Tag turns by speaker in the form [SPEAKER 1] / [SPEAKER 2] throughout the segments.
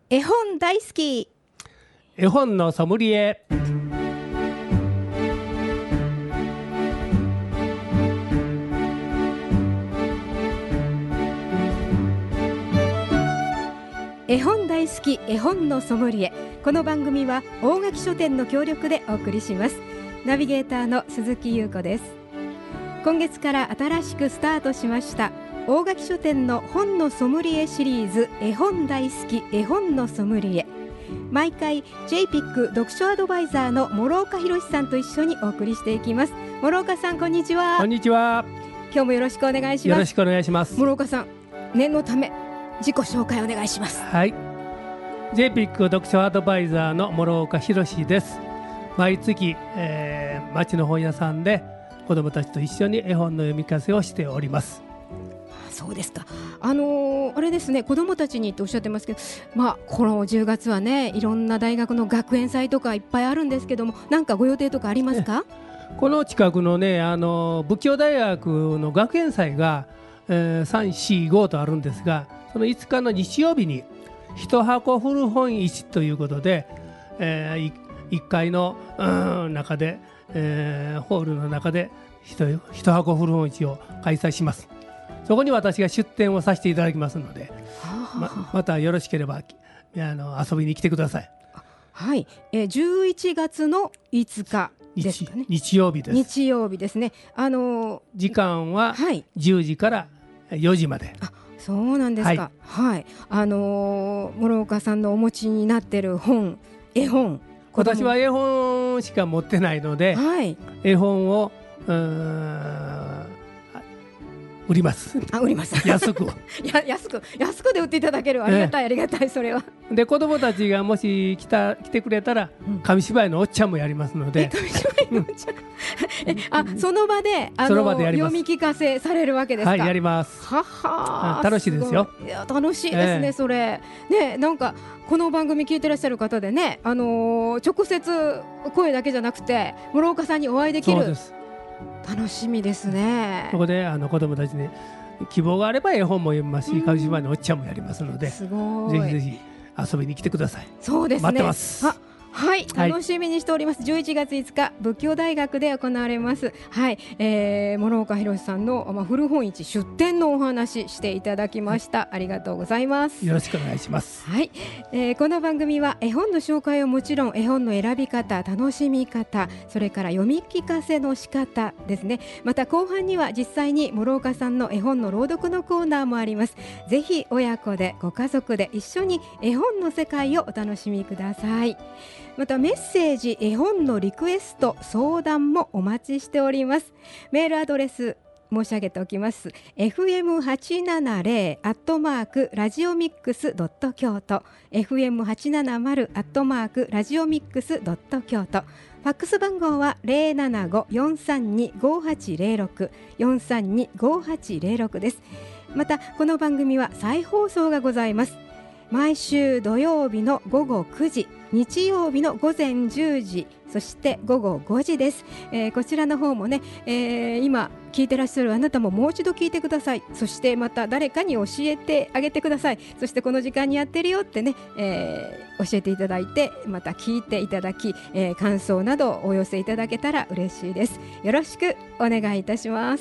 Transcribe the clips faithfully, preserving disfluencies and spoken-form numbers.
[SPEAKER 1] 絵本大好き、
[SPEAKER 2] 絵本のソムリエ。
[SPEAKER 1] 絵本大好き絵本のソムリエ。この番組は大垣書店の協力でお送りします。ナビゲーターの鈴木優子です。今月から新しくスタートしました大垣書店の本のソムリエシリーズ、絵本大好き絵本のソムリエ。毎回 ジェイピック 読書アドバイザーの諸岡博さんと一緒にお送りしていきます。諸岡さん、こんにちは。
[SPEAKER 2] こんにちは。
[SPEAKER 1] 今日もよろしくお願いします。
[SPEAKER 2] よろしくお願いします。
[SPEAKER 1] 諸岡さん、念のため自己紹介お願いします。
[SPEAKER 2] はい、 ジェイピック 読書アドバイザーの諸岡博です。毎月、えー、町の本屋さんで子どもたちと一緒に絵本の読み聞かせをしております。
[SPEAKER 1] そうですか。あのー、あれですね、子どもたちにっておっしゃってますけど、まあ、このじゅうがつはね、いろんな大学の学園祭とかいっぱいあるんですけども、なんかご予定とかありますか？
[SPEAKER 2] この近くのね、あの仏教大学の学園祭が、えー、さん、し、ごとあるんですが、そのいつかの日曜日に一箱古本市ということで、えー、いっかいの中で、えー、ホールの中で一箱古本市を開催します。そこに私が出展をさせていただきますので、ま, またよろしければあの遊びに来てください。
[SPEAKER 1] はい、えー、じゅういちがつのいつかですかね。
[SPEAKER 2] 日, 日曜日です。
[SPEAKER 1] 日曜日ですね。あのー、
[SPEAKER 2] 時間はじゅうじからよじまで。
[SPEAKER 1] あ、そうなんですか。はい、はい、あのー、諸岡さんのお持ちになっている本、絵本、
[SPEAKER 2] 私は絵本しか持ってないので、はい、絵本をうーん売ります。
[SPEAKER 1] あ、売ります
[SPEAKER 2] 安く
[SPEAKER 1] や安く安くで売っていただける。ありがたい、ありがたい。それは
[SPEAKER 2] で、子どもたちがもし来た来てくれたら、うん、紙芝居のおっちゃんもやりますので。
[SPEAKER 1] 紙芝居のおっちゃんえあその場であの読み聞かせされるわけですか？
[SPEAKER 2] はい、やります。
[SPEAKER 1] はは、
[SPEAKER 2] 楽しいですよ。
[SPEAKER 1] いや、楽しいですね、えー、それね。なんかこの番組聞いてらっしゃる方でね、あのー、直接声だけじゃなくて諸岡さんにお会いできる。そうです。楽しみですね。
[SPEAKER 2] そこであの子どもたちに希望があれば絵本も読みますし、紙芝居のおっちゃんもやりますので、
[SPEAKER 1] すごい、
[SPEAKER 2] ぜひぜひ遊びに来てください。
[SPEAKER 1] そうですね、
[SPEAKER 2] 待ってます。
[SPEAKER 1] あ、はい、楽しみにしております。じゅういちがついつか仏教大学で行われます。はい、えー、諸岡博さんの、まあ、古本市出展のお話していただきました。ありがとうございます。
[SPEAKER 2] よろしくお願いします。
[SPEAKER 1] はい、えー、この番組は絵本の紹介はもちろん、絵本の選び方、楽しみ方、それから読み聞かせの仕方ですね。また後半には実際に諸岡さんの絵本の朗読のコーナーもあります。ぜひ親子でご家族で一緒に絵本の世界をお楽しみください。またメッセージ、絵本のリクエスト、相談もお待ちしております。メールアドレス申し上げておきます。 エフエムはちななぜろ アットマークラジオミックスドット京都 エフエムはちななぜろ アットマークラジオミックスドット京都。ファックス番号は ゼロななご よんさんに ごはちゼロろく よんさんに ごはちゼロろく です。またこの番組は再放送がございます。毎週土曜日のごごくじ、日曜日のごぜんじゅうじ、そしてごごごじです。えー、こちらの方もね、えー、今聞いてらっしゃるあなたももう一度聞いてください。そしてまた誰かに教えてあげてください。そしてこの時間にやってるよってね、えー、教えていただいて、また聞いていただき、えー、感想などお寄せいただけたら嬉しいです。よろしくお願いいたします。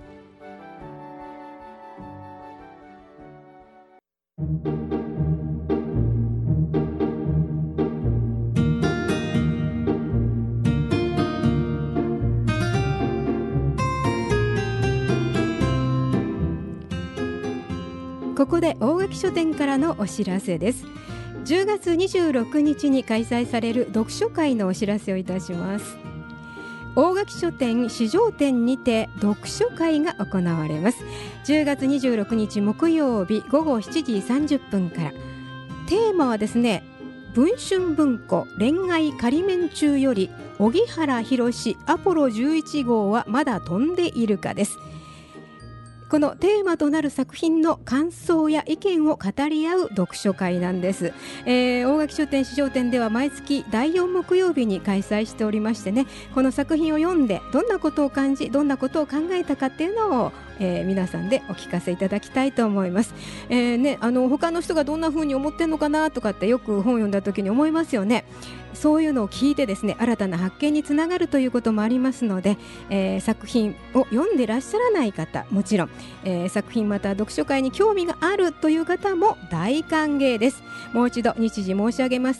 [SPEAKER 1] ここで大垣書店からのお知らせです。じゅうがつにじゅうろくにちに開催される読書会のお知らせをいたします。大垣書店市場店にて読書会が行われます。じゅうがつにじゅうろくにち木曜日ごごしちじさんじゅっぷんから。テーマはですね、文春文庫恋愛仮面中より荻原博アポロじゅういち号はまだ飛んでいるかです。このテーマとなる作品の感想や意見を語り合う読書会なんです。えー、大垣書店市場店では毎月だいよん木曜日に開催しておりましてね、この作品を読んでどんなことを感じ、どんなことを考えたかっていうのをえー、皆さんでお聞かせいただきたいと思います。えーね、あの他の人がどんな風に思ってんのかなとかってよく本読んだ時に思いますよね。そういうのを聞いてですね、新たな発見につながるということもありますので、えー、作品を読んでらっしゃらない方もちろん、えー、作品また読書会に興味があるという方も大歓迎です。もう一度日時申し上げます。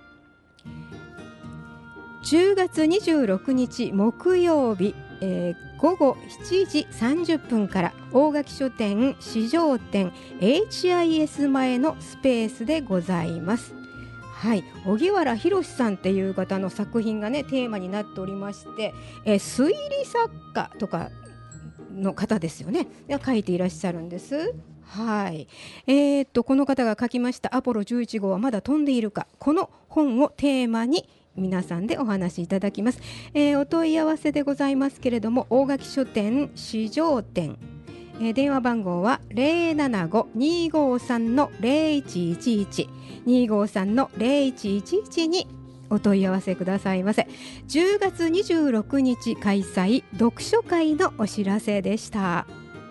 [SPEAKER 1] じゅうがつにじゅうろくにち木曜日、えー、午後しちじさんじゅっぷんから大垣書店市場店 エイチアイエス 前のスペースでございます。はい、荻原博さんっていう方の作品がねテーマになっておりまして、えー、推理作家とかの方ですよねが書いていらっしゃるんです。はい、えー、っとこの方が書きましたアポロじゅういち号はまだ飛んでいるか、この本をテーマに皆さんでお話しいただきます。えー、お問い合わせでございますけれども、大垣書店市場店、えー、電話番号は ゼロななご にーごーさん の ゼロいちいちいち にーごーさん の ゼロいちいちいち にお問い合わせくださいませ。じゅうがつにじゅうろくにち開催読書会のお知らせでした。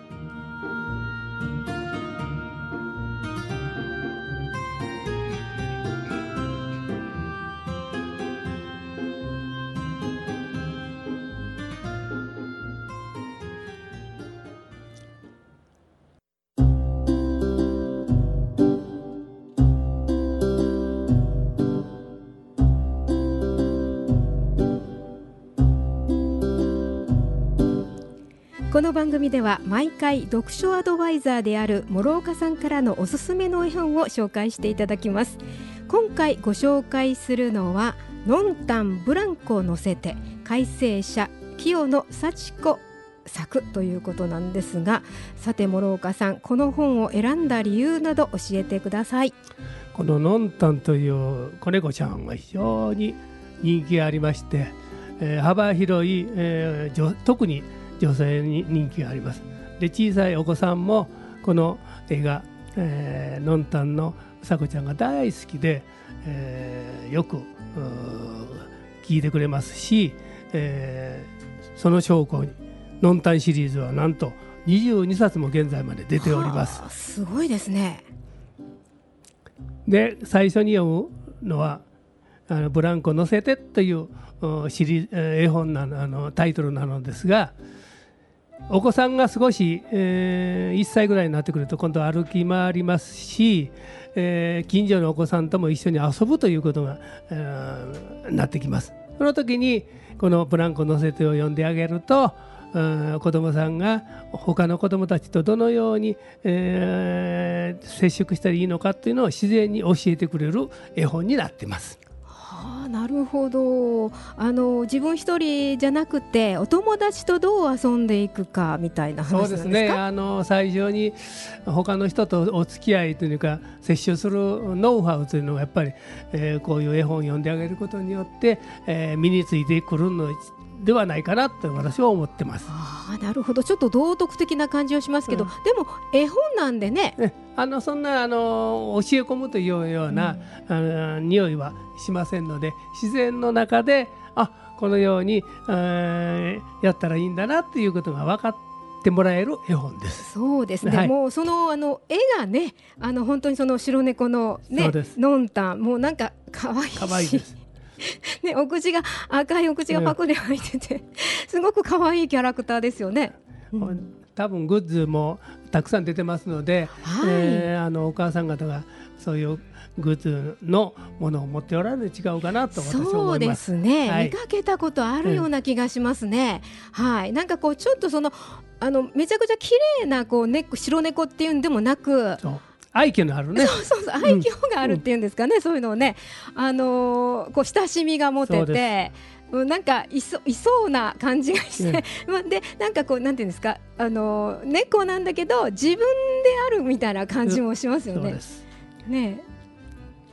[SPEAKER 1] この番組では毎回読書アドバイザーである諸岡さんからのおすすめの絵本を紹介していただきます。今回ご紹介するのはノンタンブランコを乗せて、改正者清野幸子作ということなんですが、さて諸岡さん、この本を選んだ理由など教えてください。
[SPEAKER 2] このノンタンという子猫ちゃんが非常に人気がありまして、えー、幅広い、えー、特に女性に人気があります。で、小さいお子さんもこの映画、えー、ノンタンのうさこちゃんが大好きで、えー、よく聞いてくれますし、えー、その証拠にノンタンシリーズはなんとにじゅうにさつも現在まで出ております。
[SPEAKER 1] はあ、すごいですね。
[SPEAKER 2] で、最初に読むのはあのブランコ乗せてというシリ絵本なの、あのタイトルなのですが、お子さんが少し、えー、いっさいぐらいになってくると今度歩き回りますし、えー、近所のお子さんとも一緒に遊ぶということが、えー、なってきます。その時にこのブランコ乗せてを読んであげると、子どもさんが他の子どもたちとどのように、えー、接触したらいいのかというのを自然に教えてくれる絵本になっています。
[SPEAKER 1] はあ、なるほど。あの自分一人じゃなくてお友達とどう遊んでいくかみたいな話なんですか？
[SPEAKER 2] そうですね。あの最初に他の人とお付き合いというか接触するノウハウというのがやっぱり、えー、こういう絵本を読んであげることによって、えー、身についてくるのではないかなと私は思ってます。
[SPEAKER 1] あ、なるほど。ちょっと道徳的な感じはしますけど、うん、でも絵本なんでね、
[SPEAKER 2] あのそんなあの教え込むというような、うん、あの匂いはしませんので、自然の中であこのように、えー、やったらいいんだなということが分かってもらえる絵本です。
[SPEAKER 1] そうですね、はい、もうその、あの絵がね、あの本当にその白猫の、ね、ノンタン、もうなんか可愛いし、
[SPEAKER 2] 可愛いです
[SPEAKER 1] ね、お口が赤いお口がパクで入ってて、うん、すごく可愛いキャラクターですよね。うん、
[SPEAKER 2] 多分グッズもたくさん出てますので、はい、えー、あのお母さん方がそういうグッズのものを持っておられる違うかなと私は思います。
[SPEAKER 1] そうですね、はい、見かけたことあるような気がしますね。うん、はい、なんかこうちょっとそのあのめちゃくちゃ綺麗なこう猫、白猫っていうんでもなく、
[SPEAKER 2] そう愛嬌のあるね、
[SPEAKER 1] そうそうそう、愛嬌があるっていうんですかね、うん、そういうのをね、あのー、こう親しみが持てて、なんかい そ, いそうな感じがして、うん、でなんかこうなんていうんですか、あのー、猫なんだけど自分であるみたいな感じもしますよね。
[SPEAKER 2] そうです
[SPEAKER 1] ね。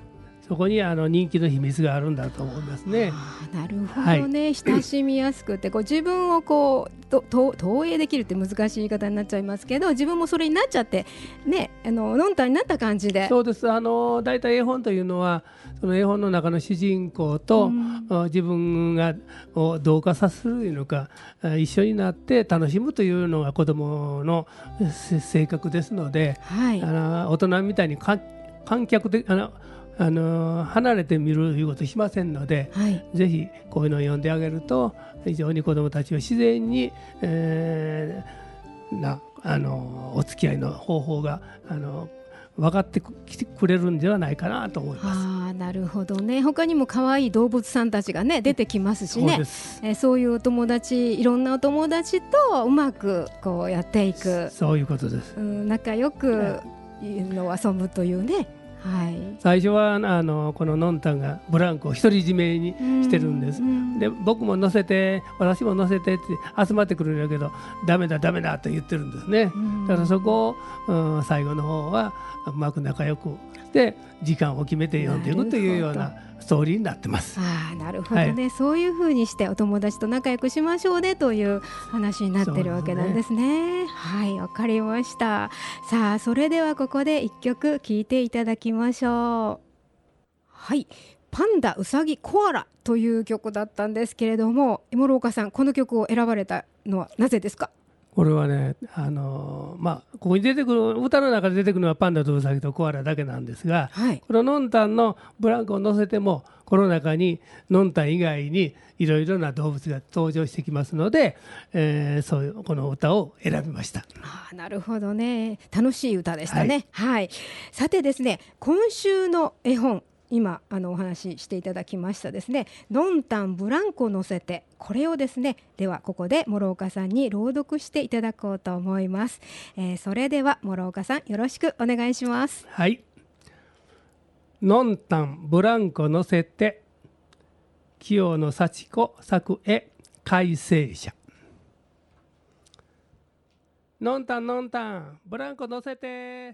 [SPEAKER 2] そこにあの人気の秘密があるんだと思いますね。
[SPEAKER 1] あ、なるほどね、はい、親しみやすくてこう自分をこうとと投影できるって難しい言い方になっちゃいますけど、自分もそれになっちゃってね、あののんたんになった感じで。
[SPEAKER 2] そうです。あのだいたい絵本というのはその絵本の中の主人公と、うん、自分がを同化させるのか一緒になって楽しむというのが子どもの性格ですので、はい、あの大人みたいに観客であのあの離れてみるいうことしませんので、はい、ぜひこういうのを読んであげると非常に子どもたちは自然に、えー、なあのお付き合いの方法があの分かってきてくれるんではないかなと思います。
[SPEAKER 1] あ、なるほどね。他にも可愛い動物さんたちがね出てきますしね。そうです、えー、そういうお友達、いろんなお友達とうまくこうやっていく、
[SPEAKER 2] そういうことです。
[SPEAKER 1] うん、仲良くの遊ぶというね。はい、
[SPEAKER 2] 最初はあのこののんたんがブランコを独り占めにしてるんです。で僕も乗せて私も乗せてって集まってくるんだけどダメだダメだと言ってるんですね。だからそこを、うん、最後の方はうまく仲良くで時間を決めて読んでいくというようなストーリーになってます。
[SPEAKER 1] あ、なるほどね、はい、そういうふうにしてお友達と仲良くしましょうねという話になってるわけなんですね。はい、わかりました。さあ、それではここで一曲聴いていただきましょう。はい、パンダ、ウサギ、コアラという曲だったんですけれども、諸岡さん、この曲を選ばれたのはなぜですか？
[SPEAKER 2] これはね、あのー、まあここに出てくる歌の中で出てくるのはパンダとウサギとコアラだけなんですが、はい、こののんたんのブランコを乗せてもこの中にのんたん以外にいろいろな動物が登場してきますので、えー、そういうこの歌を選びました。
[SPEAKER 1] あ、なるほどね、楽しい歌でしたね。はい、はい、さてですね、今週の絵本、今あのお話ししていただきましたですね、のんたんブランコ乗せて、これをですね、ではここで諸岡さんに朗読していただこうと思います。えー、それでは諸岡さん、よろしくお願いします。
[SPEAKER 2] はい。のんたんブランコ乗せて、清野幸子作絵改正者。のんたんのんたんブランコ乗せて、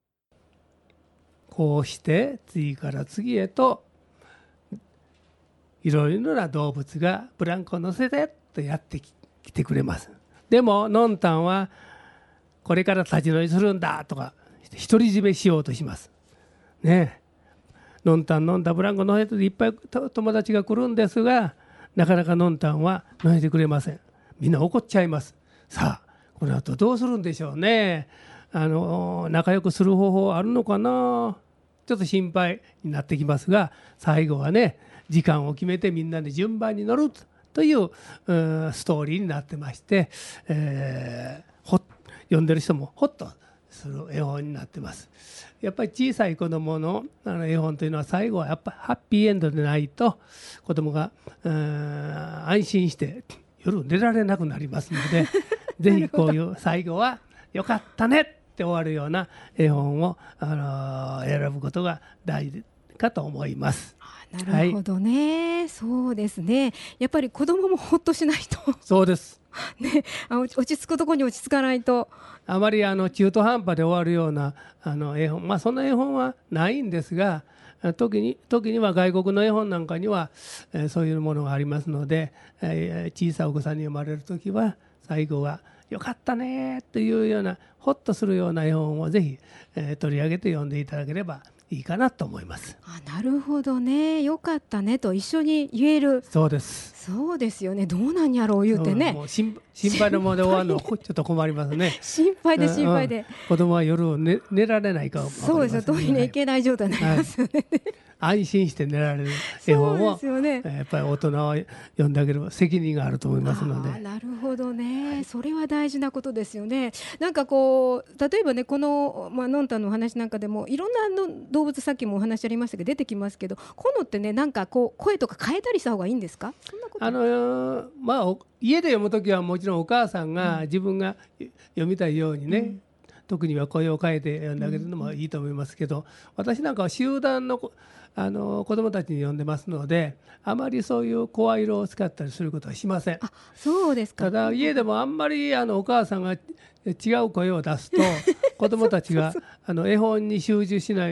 [SPEAKER 2] こうして次から次へといろいろな動物がブランコ乗せてとやってきてくれます。でものんたんはこれから立ち乗りするんだとか独り占めしようとしますね。のんたんのんたんブランコ乗せていっぱい友達が来るんですが、なかなかのんたんは乗せてくれません。みんな怒っちゃいます。さあこの後どうするんでしょうね。あの仲良くする方法あるのかな、ちょっと心配になってきますが、最後はね、時間を決めてみんなで順番に乗るという、うん、ストーリーになってまして、えー、ほ読んでる人もほっとする絵本になってます。やっぱり小さい子どもの、あの絵本というのは最後はやっぱりハッピーエンドでないと子どもが、うん、安心して夜寝られなくなりますのでぜひこういう最後はよかったねって終わるような絵本を、あのー、選ぶことが大事かと思います。
[SPEAKER 1] なるほどね、はい、そうですね。やっぱり子供もほっとしないと
[SPEAKER 2] そうです
[SPEAKER 1] ね、あ落ち着くところに落ち着かないと、
[SPEAKER 2] あまりあの中途半端で終わるようなあの絵本、まあそんな絵本はないんですが、時に時には外国の絵本なんかには、えー、そういうものがありますので、えー、小さいお子さんに読まれる時は最後はよかったねというようなほっとするような絵本をぜひ、えー、取り上げて読んでいただければいいかなと思います。
[SPEAKER 1] あ、なるほどね、よかったねと一緒に言える。
[SPEAKER 2] そうです。
[SPEAKER 1] そうですよね。どうなんやろう言うてね、
[SPEAKER 2] もう心配なもので終わるのはちょっと困りますね
[SPEAKER 1] 心配で心配で、うん、
[SPEAKER 2] 子供は夜、ね、寝られないかも分かりませんね。
[SPEAKER 1] そうですよ、トイレ行けない状態になりますよね、
[SPEAKER 2] はい、安心して寝られる絵本を、ね、やっぱり大人は読んであげる責任があると思いますので。
[SPEAKER 1] あ、なるほどね、はい、それは大事なことですよね。なんかこう例えばね、この、まあのんたんのお話なんかでもいろんなの動物、さっきもお話ありましたけど出てきますけど、このってね、なんかこう声とか変えたりした方がいいんですか？そんなこと
[SPEAKER 2] あの、まあ、家で読むときはもちろんお母さんが自分が読みたいようにね、うん、特には声を変えて読んであげるのもいいと思いますけど、私なんかは集団のあの子どもたちに読んでますので、あまりそういう声色を使ったりすることはしません。
[SPEAKER 1] あ、そうですか。
[SPEAKER 2] ただ家でもあんまりあのお母さんが違う声を出すと子どもたちがあの絵本に集中しない 、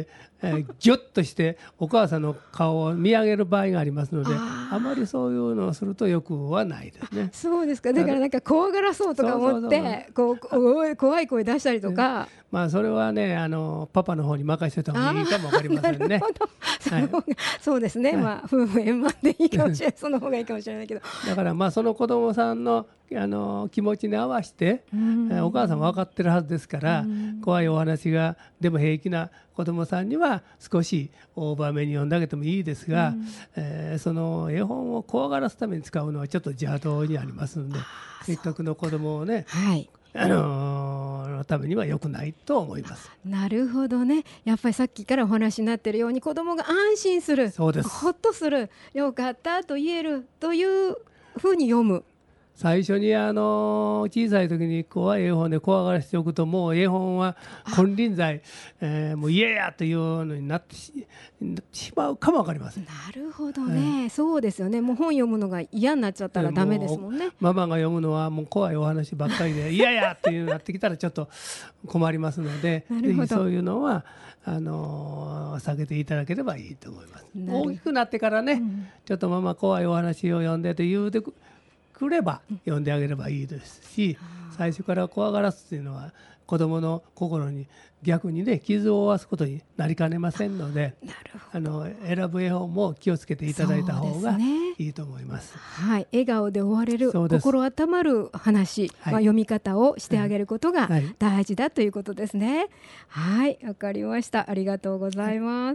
[SPEAKER 2] えー、ギュッとしてお母さんの顔を見上げる場合がありますので、あ, あまりそういうのをするとよくはないですね。
[SPEAKER 1] そうですか。だからなんか怖がらそうとか思ってこう怖い声出したりとか、
[SPEAKER 2] まあそれはねあのパパの方に任せてた方がいいかもわかりませんね。
[SPEAKER 1] はい、そうですね、はい、まあ夫婦円満でいいかもしれないその方がいいかもしれないけど
[SPEAKER 2] だからまあその子供さんのあの気持ちに合わせて、お母さんは分かってるはずですから、怖いお話がでも平気な子供さんには少しオーバーめに読んであげてもいいですが、えー、その絵本を怖がらすために使うのはちょっと邪道にありますので、せっかくの子供をね、はい、あのー、のためには良くないと思います。
[SPEAKER 1] なるほどね。やっぱりさっきからお話になっているように子供が安心する、
[SPEAKER 2] そうです、
[SPEAKER 1] ほっとする、よかったと言えるというふうに読む。
[SPEAKER 2] 最初にあの小さい時に怖い絵本で怖がらせておくと、もう絵本は金輪際、えー、もう嫌やというのになってしまうかもわかりません。
[SPEAKER 1] なるほどね、はい、そうですよね。もう本読むのが嫌になっちゃったらダメですもんね。
[SPEAKER 2] ママが読むのはもう怖いお話ばっかりで嫌やっていうなってきたらちょっと困りますのでぜひそういうのはあのー、避けていただければいいと思います。大きくなってからね、うん、ちょっとママ怖いお話を読んでと言うてくくれば読んであげればいいですし、最初から怖がらすというのは子どもの心に逆にね傷を負わすことになりかねませんので、あの選ぶ絵本も気をつけていただいた方がいいと思います。
[SPEAKER 1] はい、笑顔で終われる心温まる話、はい、まあ、読み方をしてあげることが大事だということですね。はい、わかりました。ありがとうございます。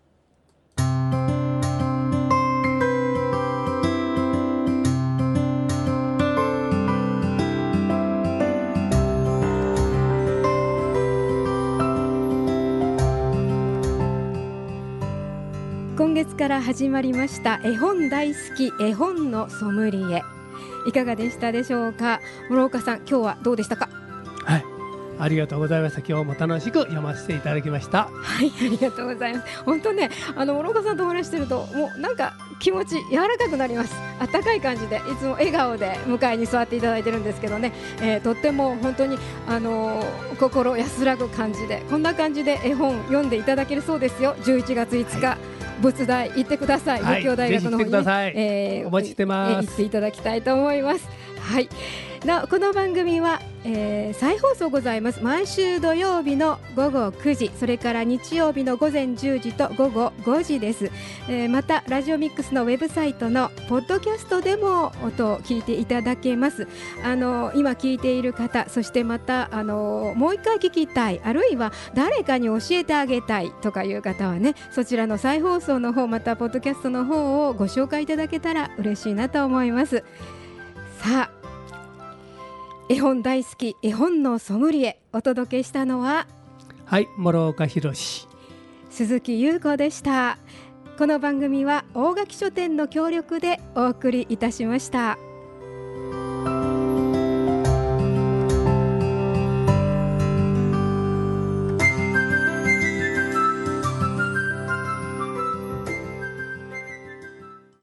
[SPEAKER 1] 今月から始まりました絵本大好き絵本のソムリエ、いかがでしたでしょうか。諸岡さん、今日はどうでしたか。
[SPEAKER 2] はい、ありがとうございました。今日も楽しく読ませていただきました。
[SPEAKER 1] はい、ありがとうございます。本当ね、あの諸岡さんとお話してるともうなんか気持ち柔らかくなります。あったかい感じでいつも笑顔で迎えに座っていただいてるんですけどね、えー、とっても本当に、あのー、心安らぐ感じで、こんな感じで絵本読んでいただけるそうですよ。じゅういちがついつか、はい、仏大行ってください。
[SPEAKER 2] はい、
[SPEAKER 1] 仏教大学の方に、ね、
[SPEAKER 2] えー、お待ちしてます。
[SPEAKER 1] えー、行っていただきたいと思います。はい、なこの番組は、えー、再放送ございます。毎週土曜日のごごくじ、それから日曜日のごぜんじゅうじとごごごじです。えー、またラジオミックスのウェブサイトのポッドキャストでも音を聞いていただけます。あの今聞いている方、そしてまたあのもう一回聞きたい、あるいは誰かに教えてあげたいとかいう方はね、そちらの再放送の方、またポッドキャストの方をご紹介いただけたら嬉しいなと思います。さあ、絵本大好き絵本のソムリエ、お届けしたのは、
[SPEAKER 2] はい、諸岡弘、
[SPEAKER 1] 鈴木優子でした。この番組は大垣書店の協力でお送りいたしました。